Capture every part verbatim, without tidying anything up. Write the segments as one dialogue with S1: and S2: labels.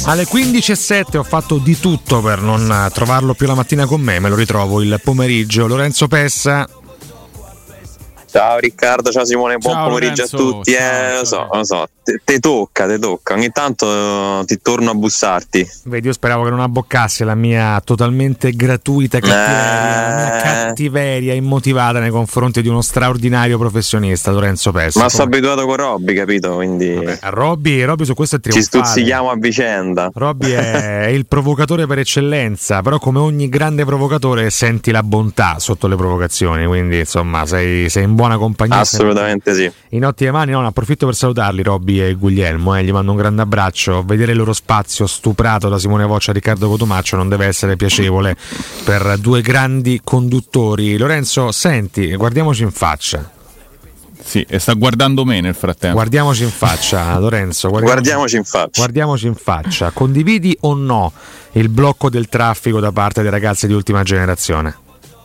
S1: Alle quindici e sette ho fatto di tutto per non trovarlo più la mattina con me, me lo ritrovo il pomeriggio. Lorenzo Pessa.
S2: Ciao Riccardo, ciao Simone, buon
S3: ciao,
S2: pomeriggio
S3: Lorenzo.
S2: a tutti.
S3: Ciao,
S2: eh, lo so,
S3: ciao.
S2: lo so, te, te tocca, te tocca. Ogni tanto ti torno a bussarti.
S1: Vedi, io speravo che non abboccassi la mia totalmente gratuita cattiveria, la mia cattiveria immotivata nei confronti di uno straordinario professionista, Lorenzo Pessa.
S2: Ma sono abituato con Robby, capito? Quindi
S1: Vabbè, Robby, Robby su questo è
S2: ci
S1: trionfale.
S2: stuzzichiamo a vicenda.
S1: Robby è, è il provocatore per eccellenza, però come ogni grande provocatore senti la bontà sotto le provocazioni, quindi insomma sei, sei in buona compagnia.
S2: Assolutamente sì.
S1: In ottime mani. No, ne approfitto per salutarli Robby e Guglielmo, eh, gli mando un grande abbraccio. Vedere il loro spazio stuprato da Simone Voccia e Riccardo Cotumaccio non deve essere piacevole per due grandi conduttori. Lorenzo, senti, guardiamoci in faccia.
S3: Sì, e sta guardando me nel frattempo.
S1: Guardiamoci in faccia, Lorenzo. Guardiamoci,
S2: Guardiamoci in faccia.
S1: Guardiamoci in faccia. Condividi o no il blocco del traffico da parte dei ragazzi di ultima generazione?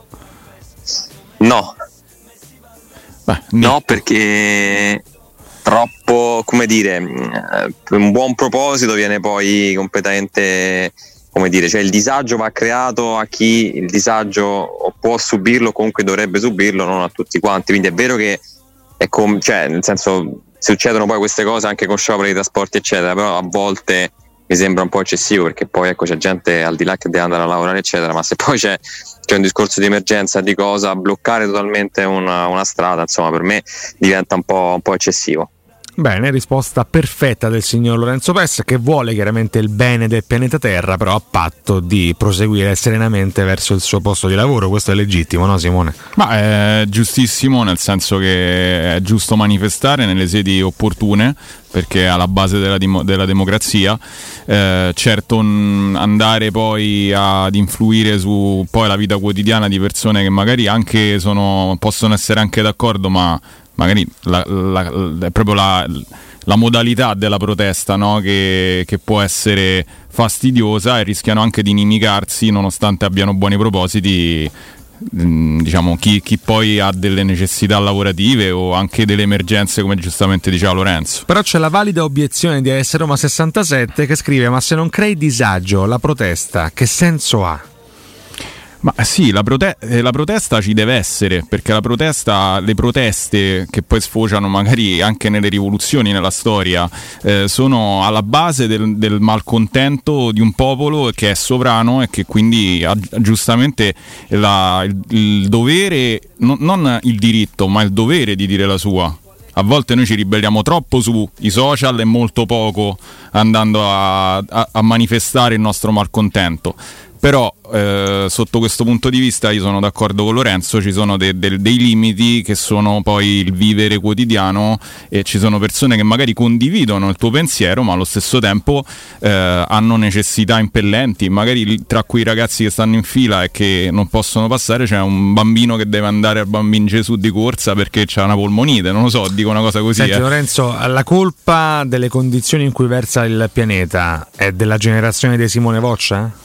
S2: No.
S3: Beh,
S2: No, perché troppo, come dire, un buon proposito viene poi completamente, come dire, cioè il disagio va creato a chi il disagio può subirlo, comunque dovrebbe subirlo, non a tutti quanti. Quindi è vero che è com- cioè, nel senso, succedono poi queste cose anche con scioperi di trasporti eccetera, però a volte mi sembra un po' eccessivo, perché poi ecco c'è gente al di là che deve andare a lavorare eccetera, ma se poi c'è, c'è un discorso di emergenza, di cosa, bloccare totalmente una, una strada, insomma per me diventa un po', un po' eccessivo.
S1: Bene, risposta perfetta del signor Lorenzo Pessa, che vuole chiaramente il bene del pianeta Terra, però a patto di proseguire serenamente verso il suo posto di lavoro. Questo è legittimo, no Simone?
S3: Ma è giustissimo, nel senso che è giusto manifestare nelle sedi opportune, perché è alla base della, dim- della democrazia. Eh, certo, n- andare poi ad influire su poi la vita quotidiana di persone che magari anche sono, possono essere anche d'accordo, ma magari la, la, la, è proprio la, la modalità della protesta, no? che, che può essere fastidiosa, e rischiano anche di inimicarsi nonostante abbiano buoni propositi. Diciamo chi, chi poi ha delle necessità lavorative o anche delle emergenze, come giustamente diceva Lorenzo.
S1: Però c'è la valida obiezione di A S Roma sessantasette che scrive: ma se non crei disagio, la protesta che senso ha?
S3: Ma sì, la, prote- la protesta ci deve essere, perché la protesta, le proteste che poi sfociano magari anche nelle rivoluzioni nella storia, eh, sono alla base del, del malcontento di un popolo che è sovrano e che quindi ha giustamente la, il, il dovere, no, non il diritto, ma il dovere di dire la sua. A volte noi ci ribelliamo troppo sui social e molto poco andando a, a, a manifestare il nostro malcontento. Però eh, sotto questo punto di vista io sono d'accordo con Lorenzo, ci sono de- de- dei limiti che sono poi il vivere quotidiano, e ci sono persone che magari condividono il tuo pensiero ma allo stesso tempo eh, hanno necessità impellenti, magari tra quei ragazzi che stanno in fila e che non possono passare c'è un bambino che deve andare al Bambin Gesù di corsa perché c'ha una polmonite, non lo so, dico una cosa così.
S1: Senti
S3: eh.
S1: Lorenzo, la colpa delle condizioni in cui versa il pianeta è della generazione di Simone Voccia?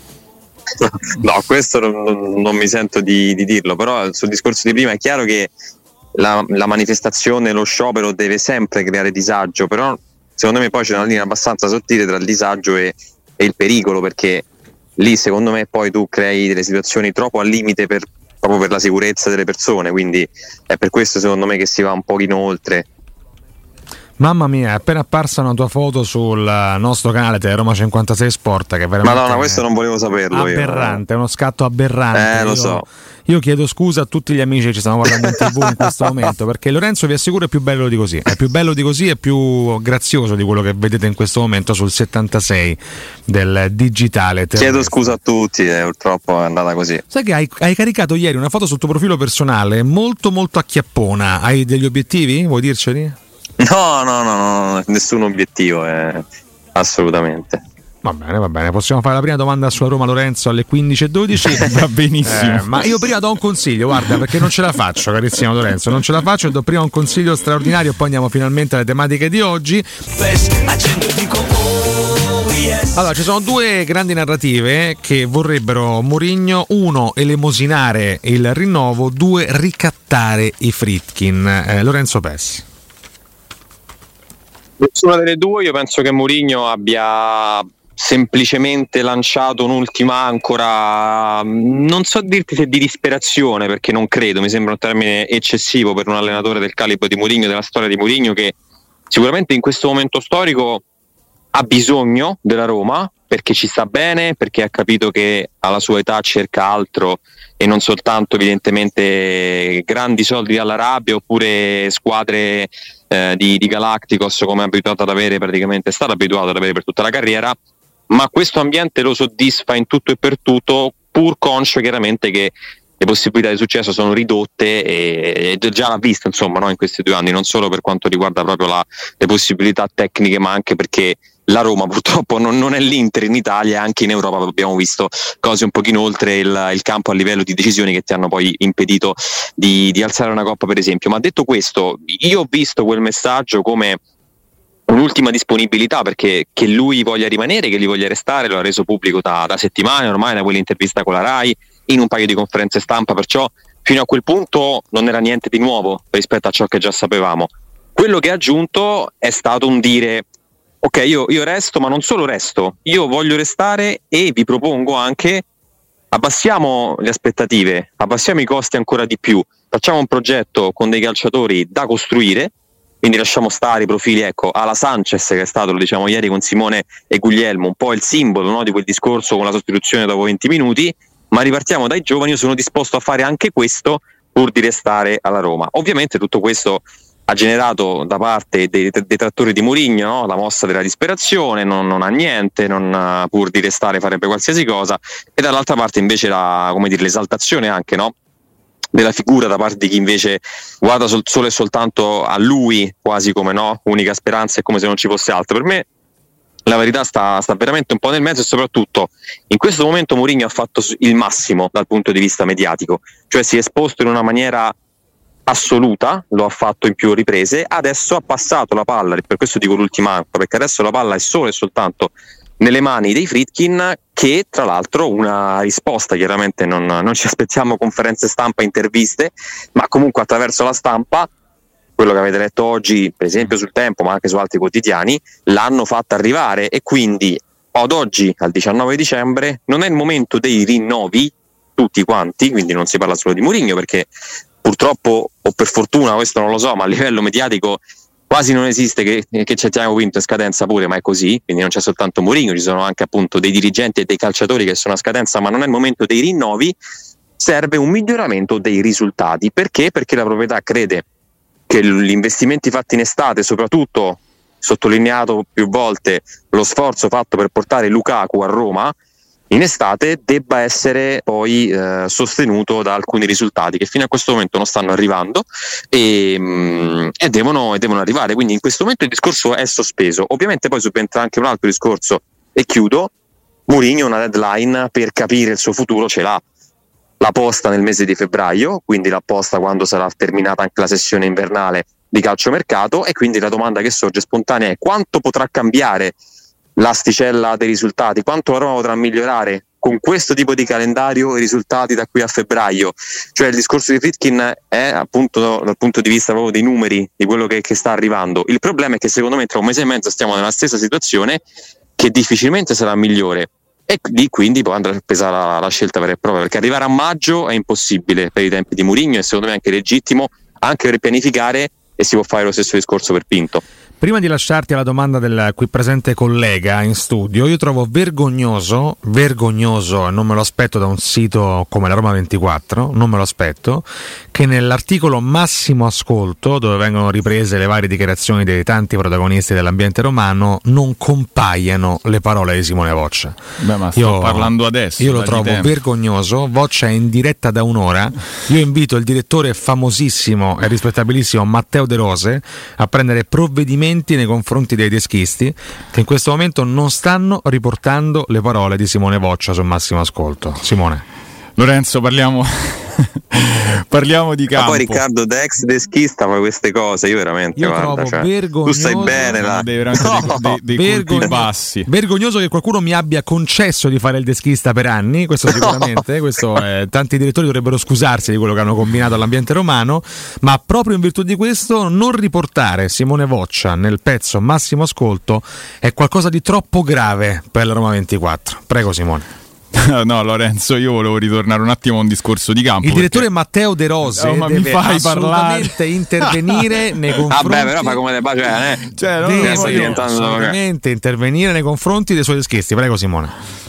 S2: No, questo non, non mi sento di, di dirlo, però sul discorso di prima è chiaro che la, la manifestazione, lo sciopero deve sempre creare disagio, però secondo me poi c'è una linea abbastanza sottile tra il disagio e, e il pericolo, perché lì secondo me poi tu crei delle situazioni troppo al limite per, proprio per la sicurezza delle persone, quindi è per questo secondo me che si va un pochino oltre.
S1: Mamma mia, è appena apparsa una tua foto sul nostro canale Roma cinquantasei Sport, che è veramente
S2: Madonna, questo non volevo saperlo.
S1: Aberrante,
S2: io.
S1: è uno scatto aberrante.
S2: Eh, lo
S1: io,
S2: so.
S1: Io chiedo scusa a tutti gli amici che ci stanno guardando in tv in questo momento, perché Lorenzo, vi assicuro, è più bello di così. È più bello di così, è più grazioso di quello che vedete in questo momento sul settantasei del digitale terrestre.
S2: Chiedo scusa a tutti, eh, purtroppo è andata così.
S1: Sai che hai, hai caricato ieri una foto sul tuo profilo personale molto molto acchiappona. Hai degli obiettivi? Vuoi dirceli?
S2: No, no, no, no, nessun obiettivo, eh, assolutamente.
S1: Va bene, va bene, possiamo fare la prima domanda sulla Roma, Lorenzo, alle quindici e dodici.
S3: Va benissimo.
S1: Eh, ma io prima do un consiglio, guarda, perché non ce la faccio, carissimo Lorenzo, non ce la faccio, do prima un consiglio straordinario, poi andiamo finalmente alle tematiche di oggi. Allora, ci sono due grandi narrative che vorrebbero Mourinho: uno, elemosinare il rinnovo; due, ricattare i Friedkin. Eh, Lorenzo Pessi.
S2: Nessuna delle due. Io penso che Mourinho abbia semplicemente lanciato un'ultima ancora, non so dirti se di disperazione, perché non credo, mi sembra un termine eccessivo per un allenatore del calibro di Mourinho, della storia di Mourinho, che sicuramente in questo momento storico ha bisogno della Roma perché ci sta bene, perché ha capito che alla sua età cerca altro e non soltanto evidentemente grandi soldi dall'Arabia oppure squadre eh, di, di Galacticos come è abituato ad avere, praticamente è stato abituato ad avere per tutta la carriera, ma questo ambiente lo soddisfa in tutto e per tutto, pur conscio chiaramente che le possibilità di successo sono ridotte e, e già l'ha visto insomma, no, in questi due anni, non solo per quanto riguarda proprio la, le possibilità tecniche, ma anche perché la Roma purtroppo non, non è l'Inter in Italia, anche in Europa abbiamo visto cose un pochino oltre il, il campo a livello di decisioni che ti hanno poi impedito di, di alzare una coppa per esempio. Ma detto questo, io ho visto quel messaggio come un'ultima disponibilità, perché che lui voglia rimanere, che gli voglia restare, lo ha reso pubblico da, da settimane ormai, da quell'intervista con la Rai, in un paio di conferenze stampa, perciò fino a quel punto non era niente di nuovo rispetto a ciò che già sapevamo. Quello che ha aggiunto è stato un dire: ok, io, io resto, ma non solo resto, io voglio restare e vi propongo anche abbassiamo le aspettative, abbassiamo i costi ancora di più, facciamo un progetto con dei calciatori da costruire, quindi lasciamo stare i profili, ecco, alla Sanchez, che è stato, lo diciamo ieri con Simone e Guglielmo, un po' il simbolo, no, di quel discorso con la sostituzione dopo venti minuti, ma ripartiamo dai giovani. Io sono disposto a fare anche questo pur di restare alla Roma. Ovviamente tutto questo ha generato da parte dei detrattori di Mourinho, no, la mossa della disperazione, non, non ha niente, non, pur di restare farebbe qualsiasi cosa, e dall'altra parte invece la, come dire, l'esaltazione anche, no, della figura da parte di chi invece guarda sol, solo e soltanto a lui, quasi come, no, unica speranza, e come se non ci fosse altro. Per me la verità sta, sta veramente un po' nel mezzo, e soprattutto in questo momento Mourinho ha fatto il massimo dal punto di vista mediatico, cioè si è esposto in una maniera assoluta, lo ha fatto in più riprese, adesso ha passato la palla, per questo dico l'ultima ancora, perché adesso la palla è solo e soltanto nelle mani dei Friedkin, che tra l'altro una risposta, chiaramente non, non ci aspettiamo conferenze stampa, interviste, ma comunque attraverso la stampa, quello che avete letto oggi per esempio sul Tempo ma anche su altri quotidiani, l'hanno fatta arrivare, e quindi ad oggi, al diciannove dicembre, non è il momento dei rinnovi tutti quanti, quindi non si parla solo di Mourinho, perché purtroppo o per fortuna, questo non lo so, ma a livello mediatico quasi non esiste che, che c'è Thiago Pinto in scadenza pure, ma è così, quindi non c'è soltanto Mourinho, ci sono anche appunto dei dirigenti e dei calciatori che sono a scadenza, ma non è il momento dei rinnovi. Serve un miglioramento dei risultati. Perché? Perché la proprietà crede che gli investimenti fatti in estate, soprattutto sottolineato più volte lo sforzo fatto per portare Lukaku a Roma in estate, debba essere poi eh, sostenuto da alcuni risultati che fino a questo momento non stanno arrivando e, mh, e, devono, e devono arrivare. Quindi in questo momento il discorso è sospeso. Ovviamente poi subentra anche un altro discorso, e chiudo. Mourinho una deadline per capire il suo futuro ce l'ha, la posta nel mese di febbraio, quindi la posta quando sarà terminata anche la sessione invernale di calciomercato, e quindi la domanda che sorge spontanea è: quanto potrà cambiare l'asticella dei risultati, quanto la Roma potrà migliorare con questo tipo di calendario i risultati da qui a febbraio? Cioè il discorso di Friedkin è appunto dal punto di vista proprio dei numeri, di quello che, che sta arrivando. Il problema è che secondo me tra un mese e mezzo stiamo nella stessa situazione, che difficilmente sarà migliore, e di quindi poi andrà presa la, la scelta vera e propria, perché arrivare a maggio è impossibile per i tempi di Mourinho, e secondo me anche legittimo anche per pianificare, e si può fare lo stesso discorso per Pinto.
S1: Prima di lasciarti alla domanda del qui presente collega in studio, io trovo vergognoso, vergognoso, e non me lo aspetto da un sito come la Roma ventiquattro, non me lo aspetto, che nell'articolo Massimo Ascolto, dove vengono riprese le varie dichiarazioni dei tanti protagonisti dell'ambiente romano, non compaiano le parole di Simone Voccia.
S3: Beh, ma sto
S1: io,
S3: parlando adesso.
S1: Io lo trovo tempo. vergognoso. Voccia è in diretta da un'ora. Io invito il direttore famosissimo e rispettabilissimo Matteo De Rose a prendere provvedimenti nei confronti dei deschisti, che in questo momento non stanno riportando le parole di Simone Voccia su Massimo Ascolto. Simone.
S3: Lorenzo, parliamo Parliamo di campo.
S2: Ma poi Riccardo, da ex deschista fa queste cose, io veramente
S1: io
S2: guarda, cioè,
S1: vergognoso,
S2: tu stai bene là.
S3: Dei, no. dei, dei
S1: Vergogno-
S3: colpi bassi.
S1: Vergognoso che qualcuno mi abbia concesso di fare il deschista per anni, questo sicuramente, questo è, tanti direttori dovrebbero scusarsi di quello che hanno combinato all'ambiente romano, ma proprio in virtù di questo non riportare Simone Voccia nel pezzo massimo ascolto è qualcosa di troppo grave per la Roma ventiquattro. Prego Simone.
S3: No, Lorenzo, io volevo ritornare un attimo a un discorso di campo.
S1: Il direttore
S3: perché...
S1: Matteo De Rose
S3: oh, ma
S1: deve
S3: mi fai
S1: assolutamente
S3: parlare.
S1: intervenire nei confronti.
S2: Vabbè, però fa come le pace, eh.
S3: Cioè, no,
S1: deve
S2: sta diventando
S1: assolutamente intervenire nei confronti dei suoi deschisti. Prego Simone.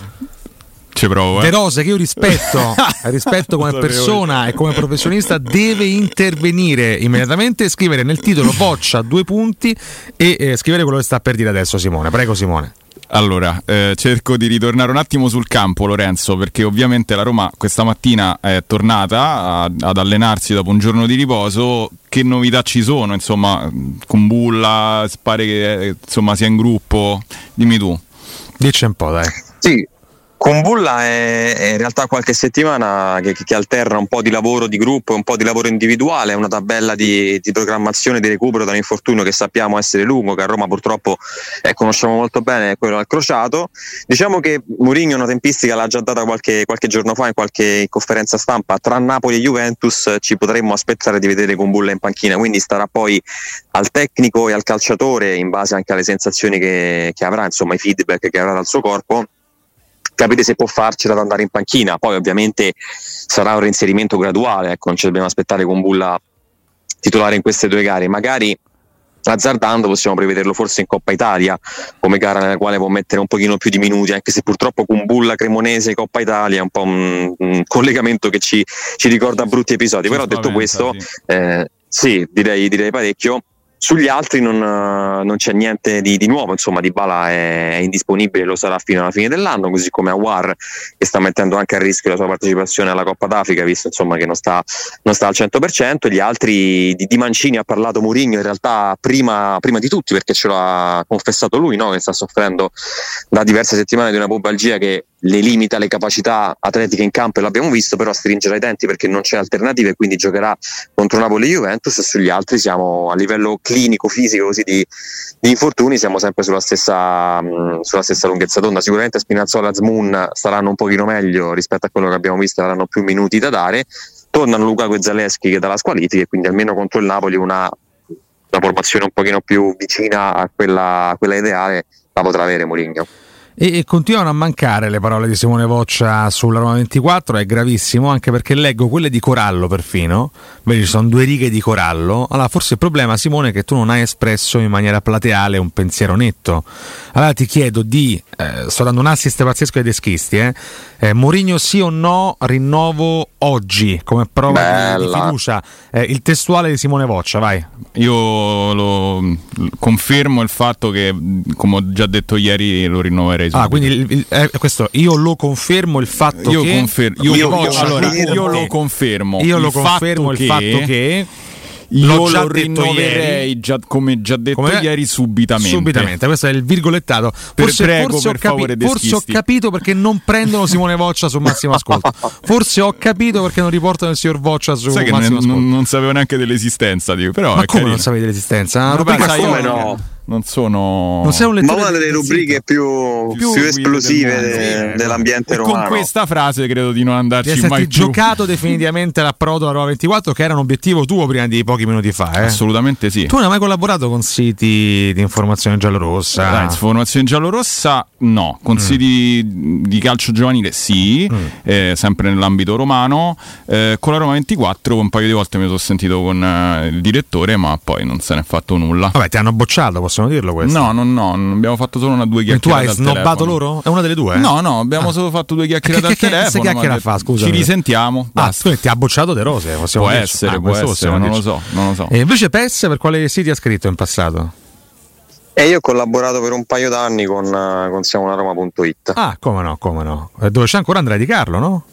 S3: Ci provo, eh.
S1: De Rose, che io rispetto, rispetto come persona e come professionista, deve intervenire immediatamente, scrivere nel titolo Voccia due punti e eh, scrivere quello che sta per dire adesso Simone. Prego Simone.
S3: Allora, eh, cerco di ritornare un attimo sul campo, Lorenzo, perché ovviamente la Roma questa mattina è tornata a, ad allenarsi dopo un giorno di riposo. Che novità ci sono? Insomma, con Bulla, pare che insomma sia in gruppo. Dimmi tu.
S1: Dici un po', dai.
S2: Sì. Con Bulla è, è in realtà qualche settimana che, che alterna un po' di lavoro di gruppo e un po' di lavoro individuale, è una tabella di, di programmazione di recupero da un infortunio che sappiamo essere lungo, che a Roma purtroppo eh, conosciamo molto bene, è quello al crociato. Diciamo che Mourinho una tempistica l'ha già data qualche, qualche giorno fa in qualche conferenza stampa, tra Napoli e Juventus ci potremmo aspettare di vedere con Bulla in panchina, quindi starà poi al tecnico e al calciatore, in base anche alle sensazioni che, che avrà, insomma i feedback che avrà dal suo corpo, capite se può farcela ad andare in panchina. Poi ovviamente sarà un reinserimento graduale, ecco, non ci dobbiamo aspettare con Bulla titolare in queste due gare, magari azzardando possiamo prevederlo forse in Coppa Italia come gara nella quale può mettere un pochino più di minuti, anche se purtroppo con Bulla Cremonese Coppa Italia è un po' un, un collegamento che ci, ci ricorda brutti episodi, ci però detto questo sì, eh, sì direi, direi parecchio. Sugli altri non, non c'è niente di, di nuovo, insomma Dybala è, è indisponibile, lo sarà fino alla fine dell'anno, così come Aouar, che sta mettendo anche a rischio la sua partecipazione alla Coppa d'Africa, visto insomma che non sta, non sta al cento per cento. Gli altri, di, di Mancini ha parlato Mourinho in realtà prima, prima di tutti, perché ce l'ha confessato lui, no? Che sta soffrendo da diverse settimane di una pubalgia che le limita le capacità atletiche in campo, e l'abbiamo visto, però stringerà i denti perché non c'è alternativa e quindi giocherà contro Napoli e Juventus. E sugli altri siamo a livello clinico, fisico, così di, di infortuni, siamo sempre sulla stessa, mh, sulla stessa lunghezza d'onda. Sicuramente Spinazzola e Azmoun staranno un pochino meglio rispetto a quello che abbiamo visto, avranno più minuti da dare. Tornano Lukaku e Zalewski che dalla squalifica, e quindi almeno contro il Napoli una, una formazione un pochino più vicina a quella, a quella ideale la potrà avere Mourinho.
S1: E, e continuano a mancare le parole di Simone Voccia sulla Roma ventiquattro, è gravissimo, anche perché leggo quelle di Corallo perfino, vedi ci sono due righe di Corallo. Allora forse il problema, Simone, è che tu non hai espresso in maniera plateale un pensiero netto. Allora ti chiedo di, eh, sto dando un assist pazzesco ai deschisti, eh, eh, Mourinho sì o no, rinnovo oggi come prova di, di fiducia, eh, il testuale di Simone Voccia, vai.
S3: Io lo confermo il fatto che, come ho già detto ieri, lo rinnoverei.
S1: Ah, quindi il, il, eh, questo io lo confermo il fatto
S3: io
S1: che
S3: confer- io,
S1: io,
S3: io, allora,
S1: io,
S3: io lo confermo
S1: io
S3: il
S1: lo confermo
S3: fatto
S1: il fatto che, che
S3: io lo rinnoverei già, come già detto come ieri, subitamente.
S1: Subitamente, questo è il virgolettato. Forse,
S3: prego,
S1: forse,
S3: per
S1: ho, capi- forse ho capito perché non prendono Simone Voccia su Massimo Ascolto. Forse ho capito perché non riportano il signor Voccia su
S3: sai
S1: Massimo
S3: che
S1: Ascolto.
S3: Non, non sapevo neanche dell'esistenza, dico, però
S1: ma
S3: è
S1: come
S3: carino.
S1: non sapevi dell'esistenza?
S3: No,
S1: rubrica
S3: sai,
S2: come no?
S3: Non sono
S1: non sei un lettore,
S2: ma una delle rubriche più, più, più esplosive de, de, dell'ambiente
S3: e
S2: romano.
S3: Con questa frase credo di non andarci
S1: di
S3: mai più.
S1: Giocato definitivamente l'approdo alla Roma ventiquattro, che era un obiettivo tuo prima di pochi minuti fa, eh?
S3: Assolutamente sì.
S1: Tu non hai mai collaborato con siti di informazione giallorossa?
S3: Dai, informazione giallorossa no, con mm. siti di calcio giovanile sì, mm. eh, sempre nell'ambito romano. Eh, con la Roma ventiquattro un paio di volte mi sono sentito con eh, il direttore, ma poi non se n'è fatto nulla.
S1: Vabbè, ti hanno bocciato, possiamo dirlo questo?
S3: No, no, no, abbiamo fatto solo una due chiacchierate.
S1: E tu hai snobbato loro? È una delle due? Eh?
S3: No, no, abbiamo ah. solo fatto due chiacchierate al telefono. Che chiacchiera
S1: fa, scusa?
S3: Ci risentiamo.
S1: Ah, tu ti ha bocciato De Rose, possiamo
S3: può
S1: dirci.
S3: essere,
S1: ah,
S3: può essere, non lo so, non lo so.
S1: E invece P E S per quale siti ha scritto in passato?
S2: E io ho collaborato per un paio d'anni con, con siamo una roma punto it.
S1: Ah, come no, come no. Dove c'è ancora Andrea Di Carlo, no?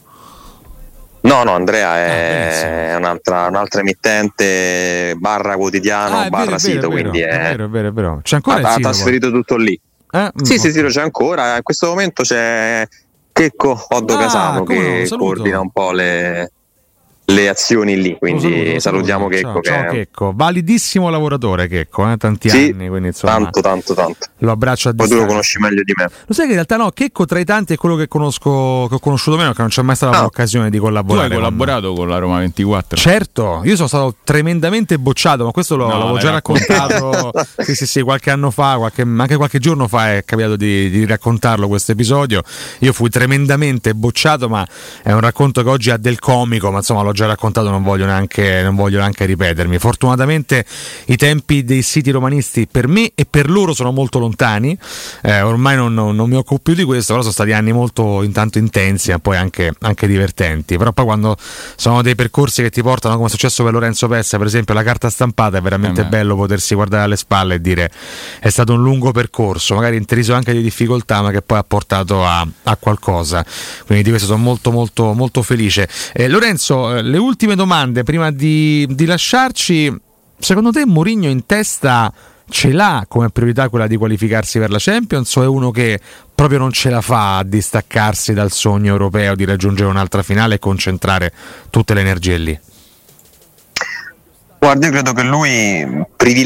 S2: No, no, Andrea è ah, un'altra, un'altra emittente barra quotidiano, ah, barra vero, sito, vero, quindi
S1: è,
S2: è,
S1: è vero, è vero, è vero. C'è ancora
S2: ha,
S1: il sito,
S2: ha trasferito poi. Tutto lì.
S1: Eh?
S2: Sì, mm, sì, sì, c'è ancora. In questo momento c'è Checco Oddo ah, Casano che
S1: no,
S2: coordina un po' le, le azioni lì, quindi saluto, saluto, salutiamo
S1: saluto.
S2: Checco.
S1: Ciao,
S2: che
S1: ciao
S2: è...
S1: Checco, validissimo lavoratore Checco, eh? tanti
S2: sì,
S1: anni, quindi insomma
S2: tanto tanto tanto.
S1: Lo abbraccio a
S2: distanza. Poi tu lo conosci meglio di me.
S1: Lo sai che in realtà no, Checco tra i tanti è quello che conosco, che ho conosciuto meno, che non c'è mai stata ah. l'occasione di collaborare.
S3: Tu hai collaborato con, con la Roma ventiquattro?
S1: Certo, io sono stato tremendamente bocciato, ma questo lo, no, l'avevo già raccontato sì sì sì, qualche anno fa, qualche, anche qualche giorno fa è capitato di, di raccontarlo questo episodio. Io fui tremendamente bocciato, ma è un racconto che oggi ha del comico, ma insomma l'ho già raccontato, non voglio neanche, non voglio neanche ripetermi. Fortunatamente i tempi dei siti romanisti per me e per loro sono molto lontani, eh, ormai non, non, non mi occupo più di questo, però sono stati anni molto intanto intensi e poi anche, anche divertenti. Però poi quando sono dei percorsi che ti portano, come è successo per Lorenzo Pessa per esempio, la carta stampata, è veramente eh bello potersi guardare alle spalle e dire è stato un lungo percorso, magari intriso anche di difficoltà, ma che poi ha portato a, a qualcosa. Quindi di questo sono molto molto molto felice. eh, Lorenzo, eh, le ultime domande prima di, di lasciarci. Secondo te Mourinho in testa ce l'ha come priorità quella di qualificarsi per la Champions, o è uno che proprio non ce la fa a distaccarsi dal sogno europeo di raggiungere un'altra finale e concentrare tutte le energie lì?
S2: Guarda, io credo che lui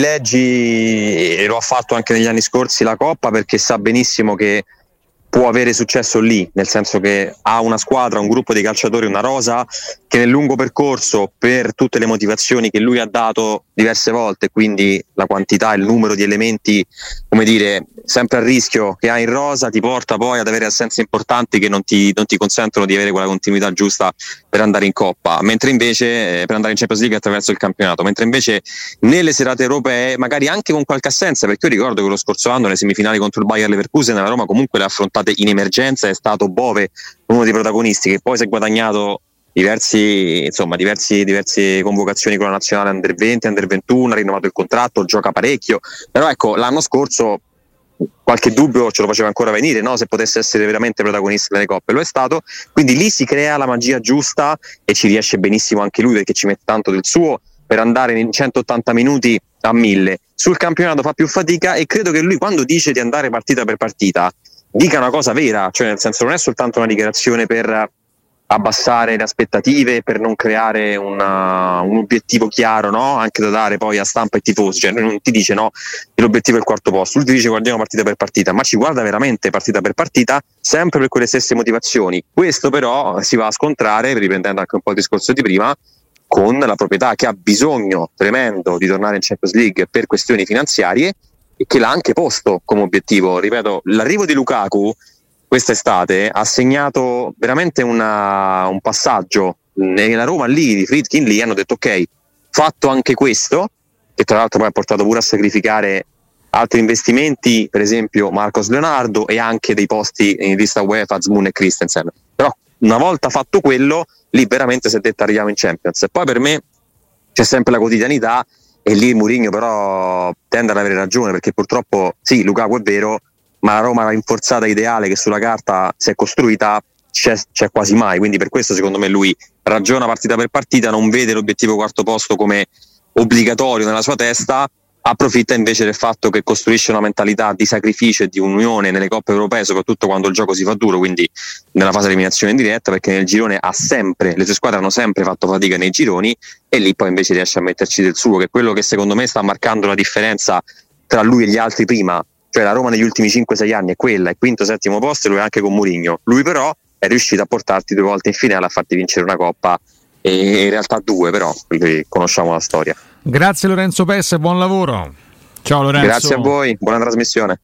S2: privilegi, e lo ha fatto anche negli anni scorsi, la Coppa, perché sa benissimo che può avere successo lì, nel senso che ha una squadra, un gruppo di calciatori, una rosa che nel lungo percorso, per tutte le motivazioni che lui ha dato diverse volte, quindi la quantità, il numero di elementi, come dire, sempre a rischio che ha in rosa, ti porta poi ad avere assenze importanti che non ti, non ti consentono di avere quella continuità giusta per andare in Coppa, mentre invece eh, per andare in Champions League attraverso il campionato, mentre invece nelle serate europee, magari anche con qualche assenza, perché io ricordo che lo scorso anno nelle semifinali contro il Bayer Leverkusen la Roma comunque le ha affrontate in emergenza, è stato Bove uno dei protagonisti che poi si è guadagnato diversi, insomma, diversi, diverse convocazioni con la nazionale under venti, under ventuno, ha rinnovato il contratto, gioca parecchio, però ecco, l'anno scorso qualche dubbio ce lo faceva ancora venire, no? Se potesse essere veramente protagonista delle coppe, lo è stato, quindi lì si crea la magia giusta e ci riesce benissimo anche lui, perché ci mette tanto del suo per andare in centottanta minuti a mille. Sul campionato fa più fatica, e credo che lui, quando dice di andare partita per partita, dica una cosa vera, cioè nel senso non è soltanto una dichiarazione per abbassare le aspettative, per non creare una, un obiettivo chiaro, no? Anche da dare poi a stampa e tifosi, cioè non ti dice no, l'obiettivo è il quarto posto, lui ti dice guardiamo partita per partita, ma ci guarda veramente partita per partita, sempre per quelle stesse motivazioni. Questo però si va a scontrare, riprendendo anche un po' il discorso di prima, con la proprietà che ha bisogno tremendo di tornare in Champions League per questioni finanziarie, e che l'ha anche posto come obiettivo. Ripeto, l'arrivo di Lukaku quest'estate ha segnato veramente una, un passaggio. Nella Roma lì, di Friedkin lì, hanno detto ok, fatto anche questo, che tra l'altro poi ha portato pure a sacrificare altri investimenti, per esempio Marcos Leonardo, e anche dei posti in lista UEFA, Zmoun e Christensen. Però una volta fatto quello, lì veramente si è detto arriviamo in Champions. E poi per me c'è sempre la quotidianità, e lì Mourinho però tende ad avere ragione, perché purtroppo sì, Lukaku è vero, ma la Roma rinforzata ideale che sulla carta si è costruita c'è, c'è quasi mai, quindi per questo secondo me lui ragiona partita per partita, non vede l'obiettivo quarto posto come obbligatorio nella sua testa, approfitta invece del fatto che costruisce una mentalità di sacrificio e di unione nelle coppe europee, soprattutto quando il gioco si fa duro, quindi nella fase di eliminazione in diretta, perché nel girone ha sempre, le sue squadre hanno sempre fatto fatica nei gironi, e lì poi invece riesce a metterci del suo, che è quello che secondo me sta marcando la differenza tra lui e gli altri prima. Cioè la Roma negli ultimi cinque sei anni è quella, è quinto, settimo posto, e lui anche con Mourinho. Lui però è riuscito a portarti due volte in finale, a farti vincere una coppa, e in realtà due, però quindi conosciamo la storia.
S1: Grazie Lorenzo Pessa e buon lavoro.
S3: Ciao Lorenzo.
S2: Grazie a voi, buona trasmissione.